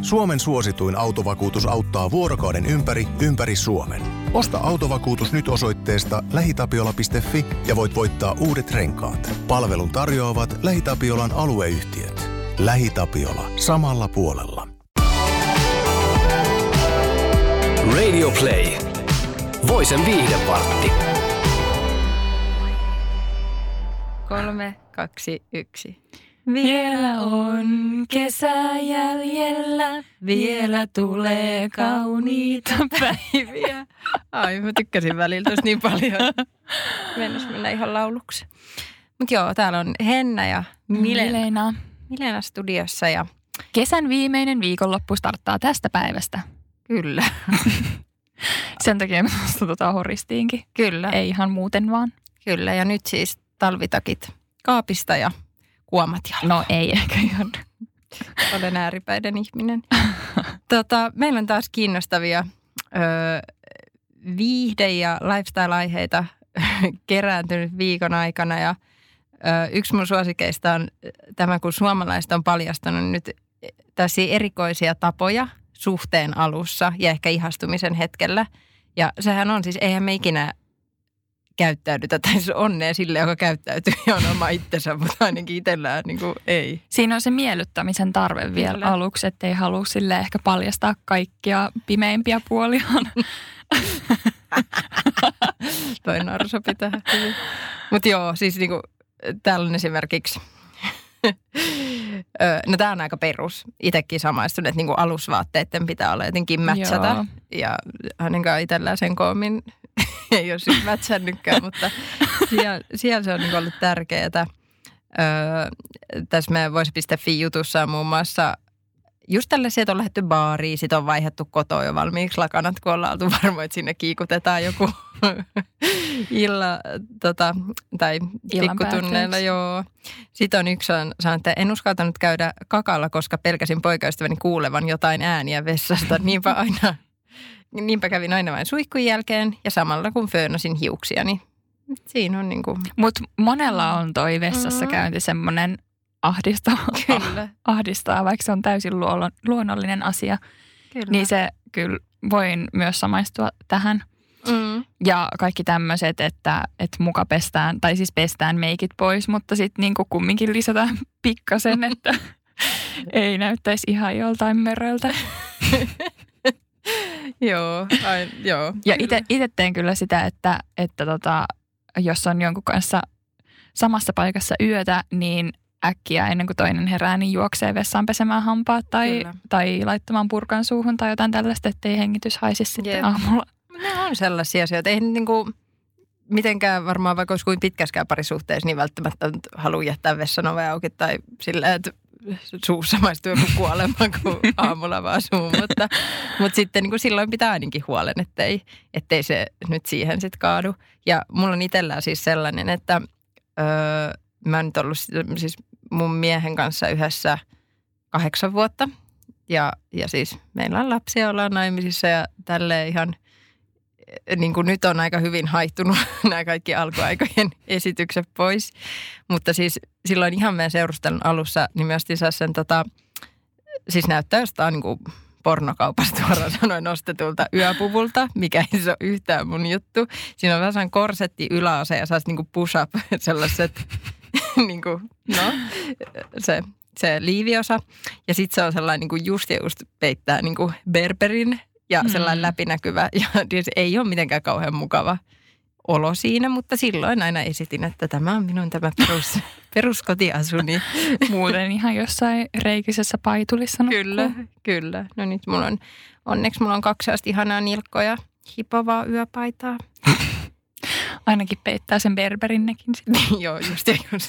Suomen suosituin autovakuutus auttaa vuorokauden ympäri Suomen. Osta autovakuutus nyt osoitteesta lähitapiola.fi ja voit voittaa uudet renkaat. Palvelun tarjoavat LähiTapiolan alueyhtiöt. LähiTapiola. Samalla puolella. Radio Play. Voisen viihdevartti. 3, 2, 1. Vielä on kesä jäljellä, vielä tulee kauniita päiviä. Ai, mä tykkäsin välillä tosta niin paljon. Mennä ihan lauluksi. Mut joo, täällä on Henna ja Milena studiossa. Ja kesän viimeinen viikonloppu starttaa tästä päivästä. Kyllä. Sen takia me tuosta horistiinkin. Kyllä. Ei ihan muuten vaan. Kyllä, ja nyt siis talvitakit kaapista ja kuomat jalkaan. No ei ehkä ihan. Olen ääripäiden ihminen. Meillä on taas kiinnostavia viihde- ja lifestyle-aiheita kerääntynyt viikon aikana. Ja yksi mun suosikeista on tämä, kun suomalaiset on paljastanut nyt tällaisia erikoisia tapoja suhteen alussa ja ehkä ihastumisen hetkellä. Ja sehän on siis, eihän me ikinä käyttäydytä tai se onnea sille, joka käyttäytyy ja on oma itsensä, mutta ainakin itsellään niin kuin ei. Siinä on se miellyttämisen tarve vielä Kyllä. aluksi, ettei halua sille ehkä paljastaa kaikkia pimeimpiä puoliaan. Toi naru sopi tähän hyvin. Mutta joo, siis niinku, täällä on esimerkiksi, no tää on aika perus. Itekin samaistun, että niinku alusvaatteiden pitää olla jotenkin mätsätä. Joo. Ja ainakaan itsellään sen koomin ei ole siis mätsännytkään, mutta siellä se on niinku ollut tärkeää. Tässä meidän Voise.fi-jutussa on muun muassa just tällaisia, että on lähdetty baariin, sit on vaihdettu kotoa jo valmiiksi lakanat, kun ollaan oltu varma, että sinne kiikutetaan joku tai pikkutunneilla. Joo. Sitten on yksi sanonut, että en uskaltanut käydä kakalla, koska pelkäsin poikaystäväni kuulevan jotain ääniä vessasta. Niinpä kävin aina vain suihkun jälkeen ja samalla kun föönasin hiuksiani. Siinä on niinku. Mutta monella on toi vessassa käynti semmoinen ahdistaa, vaikka se on täysin luonnollinen asia. Kyllä. Niin se kyllä voin myös samaistua tähän. Ja kaikki tämmöiset, että muka pestään, tai siis pestään meikit pois, mutta sitten niinku kumminkin lisätään pikkasen, että ei näyttäisi ihan joltain möröltä. Joo. Ja itse teen kyllä sitä, että jos on jonkun kanssa samassa paikassa yötä, niin äkkiä ennen kuin toinen herää, niin juoksee vessaan pesemään hampaat tai laittamaan purkan suuhun tai jotain tällaista, ettei hengitys haisisi sitten aamulla. Ne on sellaisia asioita. Ei niinku mitenkään varmaan, vaikka olisi kuin pitkäskään parisuhteessa, niin välttämättä halua jättää vessan ove auki tai sillä, että suussa maistuu joku kuolema, kun aamulla vaan suu. Mutta sitten niin kuin silloin pitää ainakin huolen, ettei se nyt siihen sitten kaadu. Ja mulla on itsellään siis sellainen, että mä oon nyt ollut siis mun miehen kanssa yhdessä 8 vuotta. Ja siis meillä on lapsia, ollaan naimisissa ja tälleen ihan, niin kuin nyt on aika hyvin haihtunut nämä kaikki alkuaikojen esitykset pois. Mutta siis silloin ihan meidän seurustelun alussa niin myös sen siis näyttää jostain niin kuin pornokaupasta suoraan sanoen ostetulta yöpuvulta, mikä ei se ole yhtään mun juttu. Siinä on vähän sellainen korsetti yläase ja sellaiset niin kuin push-up, sellaiset niin kuin, no, se liiviosa. Ja sitten se on sellainen niin kuin just peittää niin kuin berberin ja sellainen läpinäkyvä. Ja se ei ole mitenkään kauhean mukava olo siinä, mutta silloin aina esitin, että tämä on minun tämä peruskotiasuni. Muuten ihan jossain reikisessä paitulissa nukkuu. Kyllä. No nyt onneksi mulla on 2 ihanaa nilkkoja hipovaa yöpaitaa. Ainakin peittää sen berberinnekin sitten. Joo, just.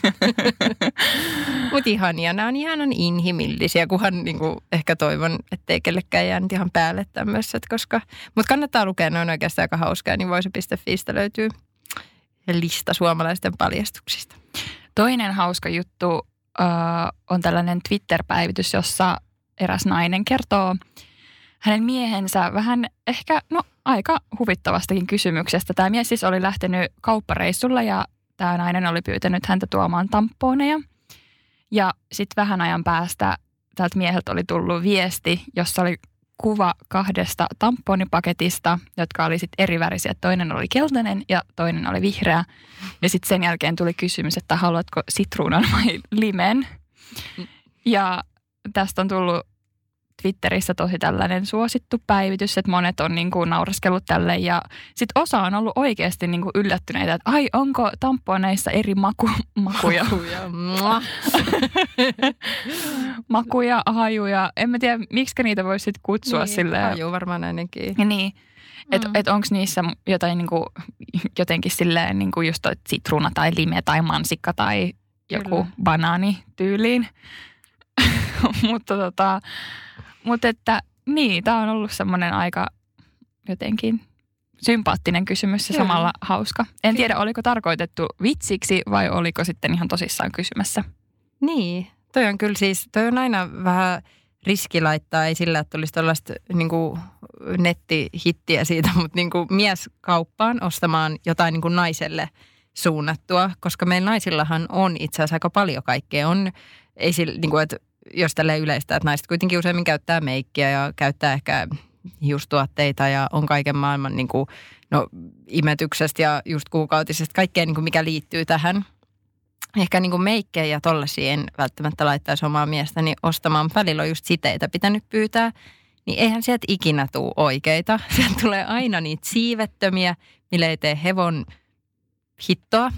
Mutta ihania, nämä on ihanan inhimillisiä, kunhan niinku, ehkä toivon, ettei kellekään jäänyt ihan päälle tämmöiset, mutta kannattaa lukea, ne on oikeastaan aika hauskaa, niin voise.fiistä löytyy lista suomalaisten paljastuksista. Toinen hauska juttu on tällainen Twitter-päivitys, jossa eräs nainen kertoo hänen miehensä vähän ehkä, aika huvittavastakin kysymyksestä. Tämä mies siis oli lähtenyt kauppareissulla ja tämä nainen oli pyytänyt häntä tuomaan tamponeja. Ja sitten vähän ajan päästä tältä mieheltä oli tullut viesti, jossa oli kuva 2 tamponipaketista, jotka oli sitten eri värisiä. Toinen oli keltainen ja toinen oli vihreä. Ja sitten sen jälkeen tuli kysymys, että haluatko sitruunan vai limen. Ja tästä on tullut Twitterissä tosi tällainen suosittu päivitys, että monet on niin kuin naureskellut tälle. Ja sitten osa on ollut oikeasti niin kuin yllättyneitä, että ai, onko tamponeissa eri makuja. Makuja, hajuja. En mä tiedä, miksi niitä voisi sitten kutsua niin, silleen. Haju varmaan ainakin. Niin, että onko niissä jotain niin kuin, jotenkin silleen niin kuin just sitruuna tai lime tai mansikka tai joku banaani tyyliin. Mutta että niin, tämä on ollut semmoinen aika jotenkin sympaattinen kysymys ja samalla hauska. En tiedä, oliko tarkoitettu vitsiksi vai oliko sitten ihan tosissaan kysymässä. Niin, toi on kyllä siis, toi on aina vähän riski laittaa, ei sillä, että olisi tällaista niin kuin nettihittiä siitä, mutta niin kuin mies kauppaan ostamaan jotain niin kuin naiselle suunnattua, koska meillä naisillahan on itse asiassa aika paljon kaikkea. On, ei sillä, niin kuin, että jos tälleen yleistä, että naiset kuitenkin useimmin käyttää meikkiä ja käyttää ehkä hiustuotteita ja on kaiken maailman niin kuin, imetyksestä ja just kuukautisesta, kaikkea niin kuin mikä liittyy tähän. Ehkä niin kuin meikkejä ja tollaisia en välttämättä laittaisi omaa miestäni ostamaan. Välillä on just siteitä pitänyt pyytää, niin eihän sieltä ikinä tule oikeita. Sieltä tulee aina niitä siivettömiä, millä ei tee hevon hittoa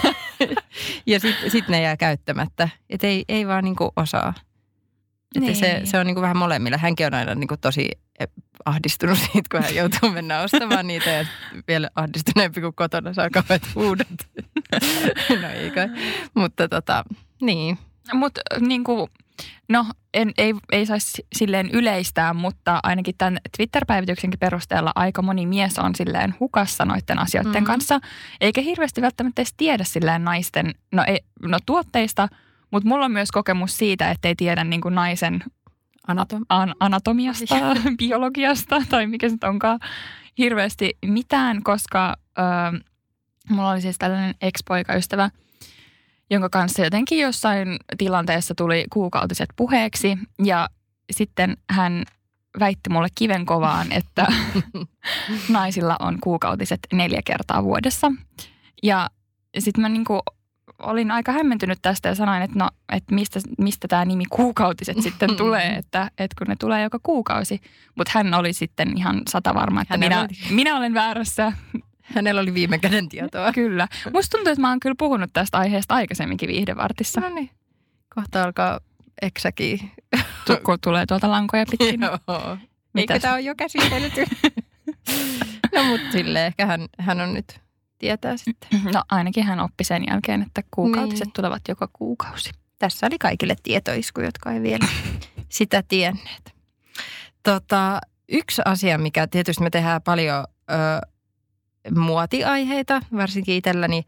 ja sit ne jää käyttämättä. Että ei vaan niin kuin osaa. Niin. Se on niin kuin vähän molemmilla. Hänkin on aina niin kuin tosi ahdistunut siitä, kun hän joutuu mennä ostamaan niitä ja vielä ahdistuneempi kuin kotona saa kauheat huudot. No ei kai. Mutta niin. Mutta niin kuin, no ei saisi silleen yleistää, mutta ainakin tämän Twitter-päivityksenkin perusteella aika moni mies on silleen hukassa noiden asioiden kanssa. Eikä hirveästi välttämättä edes tiedä silleen naisten, tuotteista, mutta mulla on myös kokemus siitä, että ei tiedä niin kuin naisen anatomiasta, biologiasta tai mikä se onkaan hirveästi mitään, koska mulla oli siis tällainen ex-poikaystävä, jonka kanssa jotenkin jossain tilanteessa tuli kuukautiset puheeksi ja sitten hän väitti mulle kivenkovaan, että naisilla on kuukautiset 4 kertaa vuodessa. Ja sitten mä niinku olin aika hämmentynyt tästä ja sanoin, että mistä tämä nimi kuukautiset sitten tulee, että kun ne tulee joka kuukausi. Mutta hän oli sitten ihan 100 varma, että minä olen väärässä. Hänellä oli viime käden tietoa. Kyllä. Musta tuntuu, että mä oon kyllä puhunut tästä aiheesta aikaisemminkin Viihdevartissa. No niin. Kohta alkaa eksäkin. Kun tulee tuolta lankoja pitkin. Joo. Eikö tämä ole jo käsitelty? No mutta silleen ehkä hän on nyt tietää sitten. No ainakin hän oppi sen jälkeen, että kuukautiset tulevat joka kuukausi. Tässä oli kaikille tietoisku, jotka ei vielä sitä tienneet. Yksi asia, mikä tietysti me tehdään paljon muotiaiheita, varsinkin itselläni.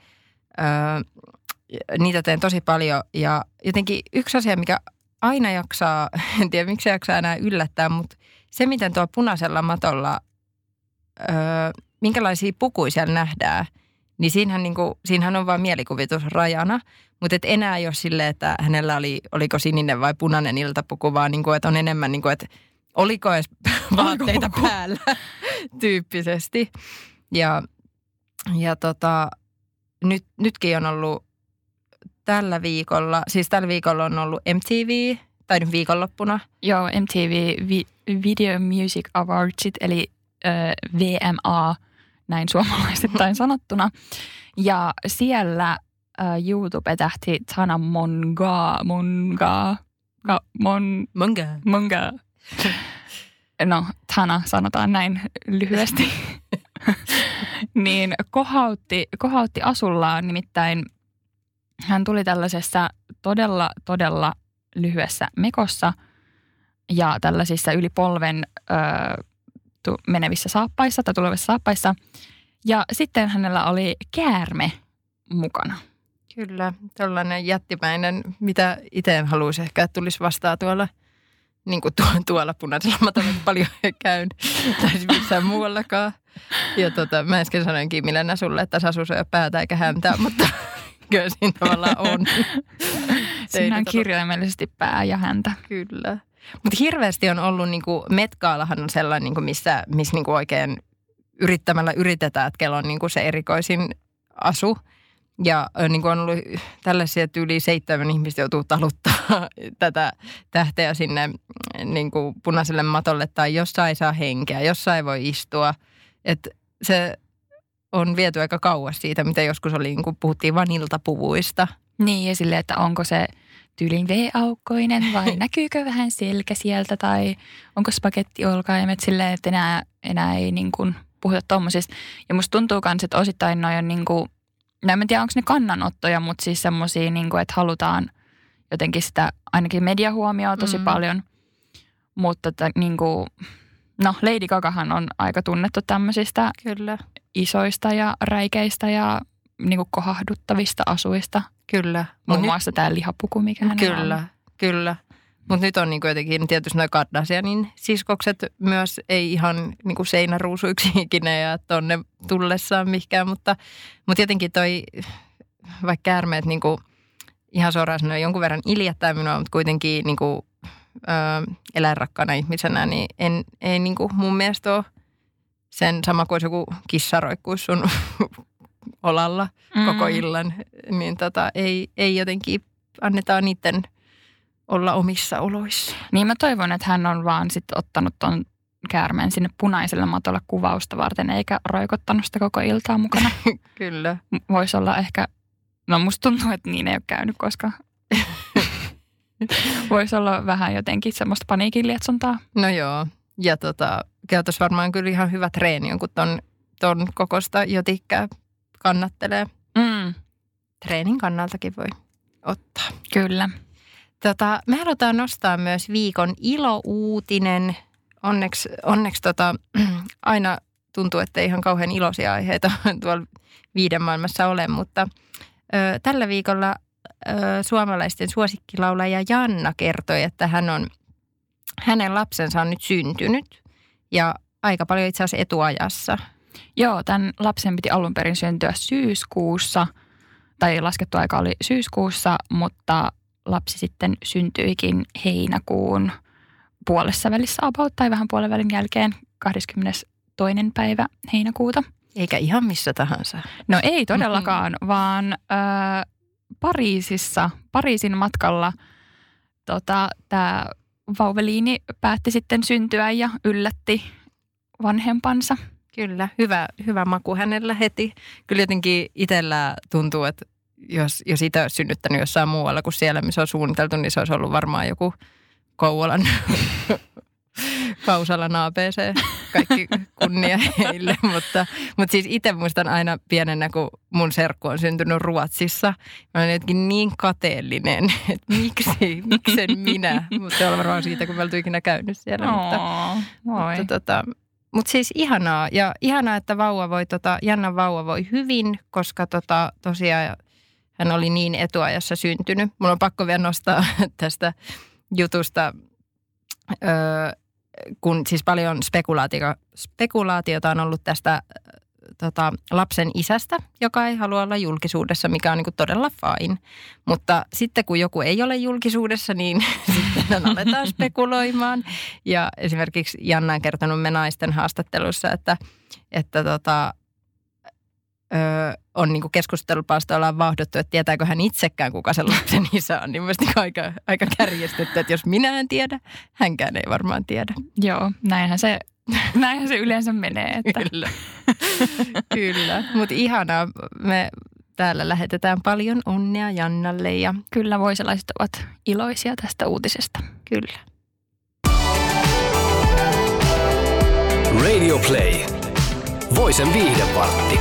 Niitä teen tosi paljon ja jotenkin yksi asia, mikä aina jaksaa, en tiedä miksi jaksaa enää yllättää, mutta se miten tuolla punaisella matolla, minkälaisia pukuja siellä nähdään, niin siinähän on vain mielikuvitus rajana, mutta et enää ei ole silleen, että hänellä oliko sininen vai punainen iltapuku, vaan niin kuin, että on enemmän niin kuin, että oliko edes vaatteita päällä tyyppisesti. Ja nytkin on ollut tällä viikolla on ollut MTV, tai nyt viikonloppuna. Joo, MTV Video Music Awardsit, eli VMA, näin suomalaisittain sanottuna. Ja siellä YouTube-tähti Tana Monga. No, Tana sanotaan näin lyhyesti. Niin kohautti asullaan, nimittäin hän tuli tällaisessa todella lyhyessä mekossa ja tällaisissa yli polven menevissä saappaissa tai tulevissa saappaissa. Ja sitten hänellä oli käärme mukana. Kyllä, tällainen jättimäinen, mitä itse haluaisi ehkä, että tulisi vastaan tuolla, niin kuin tuolla punaisella matolla paljon käyn, tai missään muuallakaan. Ja mä äsken sanoinkin Milena sulle, että Sasu syö päätä eikä häntää, mutta kyllä siinä tavallaan on. Siinä on kirjaimellisesti pää ja häntä. Kyllä. Mutta hirveästi on ollut, niinku, Met-gaalahan on sellainen, niinku, missä niinku oikein yrittämällä yritetään, että kello on niinku se erikoisin asu. Ja niin kuin on ollut tällaisia, että yli 7 ihmistä joutuu taluttaa tätä tähteä sinne niin kuin punaiselle matolle tai jossain ei saa henkeä, jossain ei voi istua. Että se on viety aika kauas siitä, mitä joskus oli, niin kuin puhuttiin vain iltapuvuista. Niin ja silleen, että onko se tyylin V-aukkoinen vai näkyykö vähän selkä sieltä tai onko spagettiolkaimet silleen, että enää ei niin kuin puhuta tommosista. Ja musta tuntuu myös, että osittain noi on niin kuin no en tiedä, onko ne kannanottoja, mutta siis semmoisia, niin että halutaan jotenkin sitä ainakin mediahuomioon tosi paljon. Mutta niin kuin, no Lady Gagahan on aika tunnettu tämmöisistä Kyllä. isoista ja räikeistä ja niin kuin kohahduttavista asuista. Kyllä. Muun muassa tämä lihapuku, mikä hänellä on. Kyllä. Mutta nyt on niin jotenkin tietysti noi Kardashianin siskokset myös ei ihan niin kuin seinäruusuiksi ikinä ja tonne tullessaan mihinkään, mutta jotenkin toi, vaikka käärmeet niin kuin, ihan suoraan sanoen jonkun verran iljettää minua, mutta kuitenkin niin kuin, eläinrakkaana ihmisenä, niin ei niin kuin mun mielestä ole sen sama kuin joku kissa roikkuisi sun olalla koko illan, niin ei jotenkin annetaan niiden olla omissa oloissa. Niin mä toivon, että hän on vaan sitten ottanut ton käärmeen sinne punaiselle matolle kuvausta varten, eikä roikottanut sitä koko iltaa mukana. Kyllä. Voisi olla ehkä, no musta tuntuu, että niin ei ole käynyt, koska voisi olla vähän jotenkin semmoista paniikin lietsontaa. No joo, ja käytös varmaan kyllä ihan hyvä treeni, kun ton kokosta jotikkää kannattelee. Treenin kannaltakin voi ottaa. Kyllä. Me halutaan nostaa myös viikon ilouutinen. Onneksi aina tuntuu, että ei ihan kauhean iloisia aiheita tuolla viiden maailmassa ole, mutta tällä viikolla suomalaisten suosikkilaulaja Janna kertoi, että hänen lapsensa on nyt syntynyt ja aika paljon itse asiassa etuajassa. Joo, tämän lapsen piti alun perin syntyä syyskuussa, tai laskettu aika oli syyskuussa, mutta lapsi sitten syntyikin heinäkuun puolessa välissä about, tai vähän puolen välin jälkeen 22. päivä heinäkuuta. Eikä ihan missä tahansa. No ei todellakaan, vaan Pariisin matkalla tämä vauveliini päätti sitten syntyä ja yllätti vanhempansa. Kyllä, hyvä maku hänellä heti. Kyllä jotenkin itsellä tuntuu, että jos itse olisi synnyttänyt jossain muualla kuin siellä, missä on suunniteltu, niin se olisi ollut varmaan joku Kouvolan Kausalan ABC. Kaikki kunnia heille, mutta siis itse muistan aina pienenä, kun mun serkku on syntynyt Ruotsissa. Mä olen jotenkin niin kateellinen, että miksen minä. Mutta se on varmaan siitä, kun mä oltu ikinä käynyt siellä. Mutta siis ihanaa. Ja ihanaa, että Jannan vauva voi hyvin, koska tosiaan hän oli niin etuajassa syntynyt. Mun on pakko vielä nostaa tästä jutusta, kun siis paljon spekulaatiota on ollut tästä lapsen isästä, joka ei halua olla julkisuudessa, mikä on niin kuin todella fine. Mutta sitten kun joku ei ole julkisuudessa, niin sitten aletaan spekuloimaan. Ja esimerkiksi Janna on kertonut me naisten haastattelussa, että on niin kuin keskustelupalstoilla on vauhdottu, että tietääkö hän itsekään, kuka sen lapsen isä on. Niin mielestäni aika kärjestetty, että jos minä en tiedä, hänkään ei varmaan tiedä. Joo, näinhän se yleensä menee. Että. Kyllä. Mutta ihanaa. Me täällä lähetetään paljon onnea Jannalle. Ja kyllä voisalaiset ovat iloisia tästä uutisesta. Kyllä. Radio Play. Voisen viihdevartti.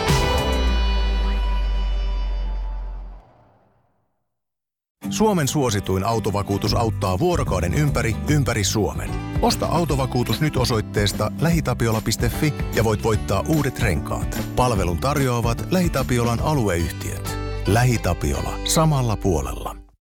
Suomen suosituin autovakuutus auttaa vuorokauden ympäri Suomen. Osta autovakuutus nyt osoitteesta lähitapiola.fi ja voit voittaa uudet renkaat. Palvelun tarjoavat LähiTapiolan alueyhtiöt. LähiTapiola. Samalla puolella.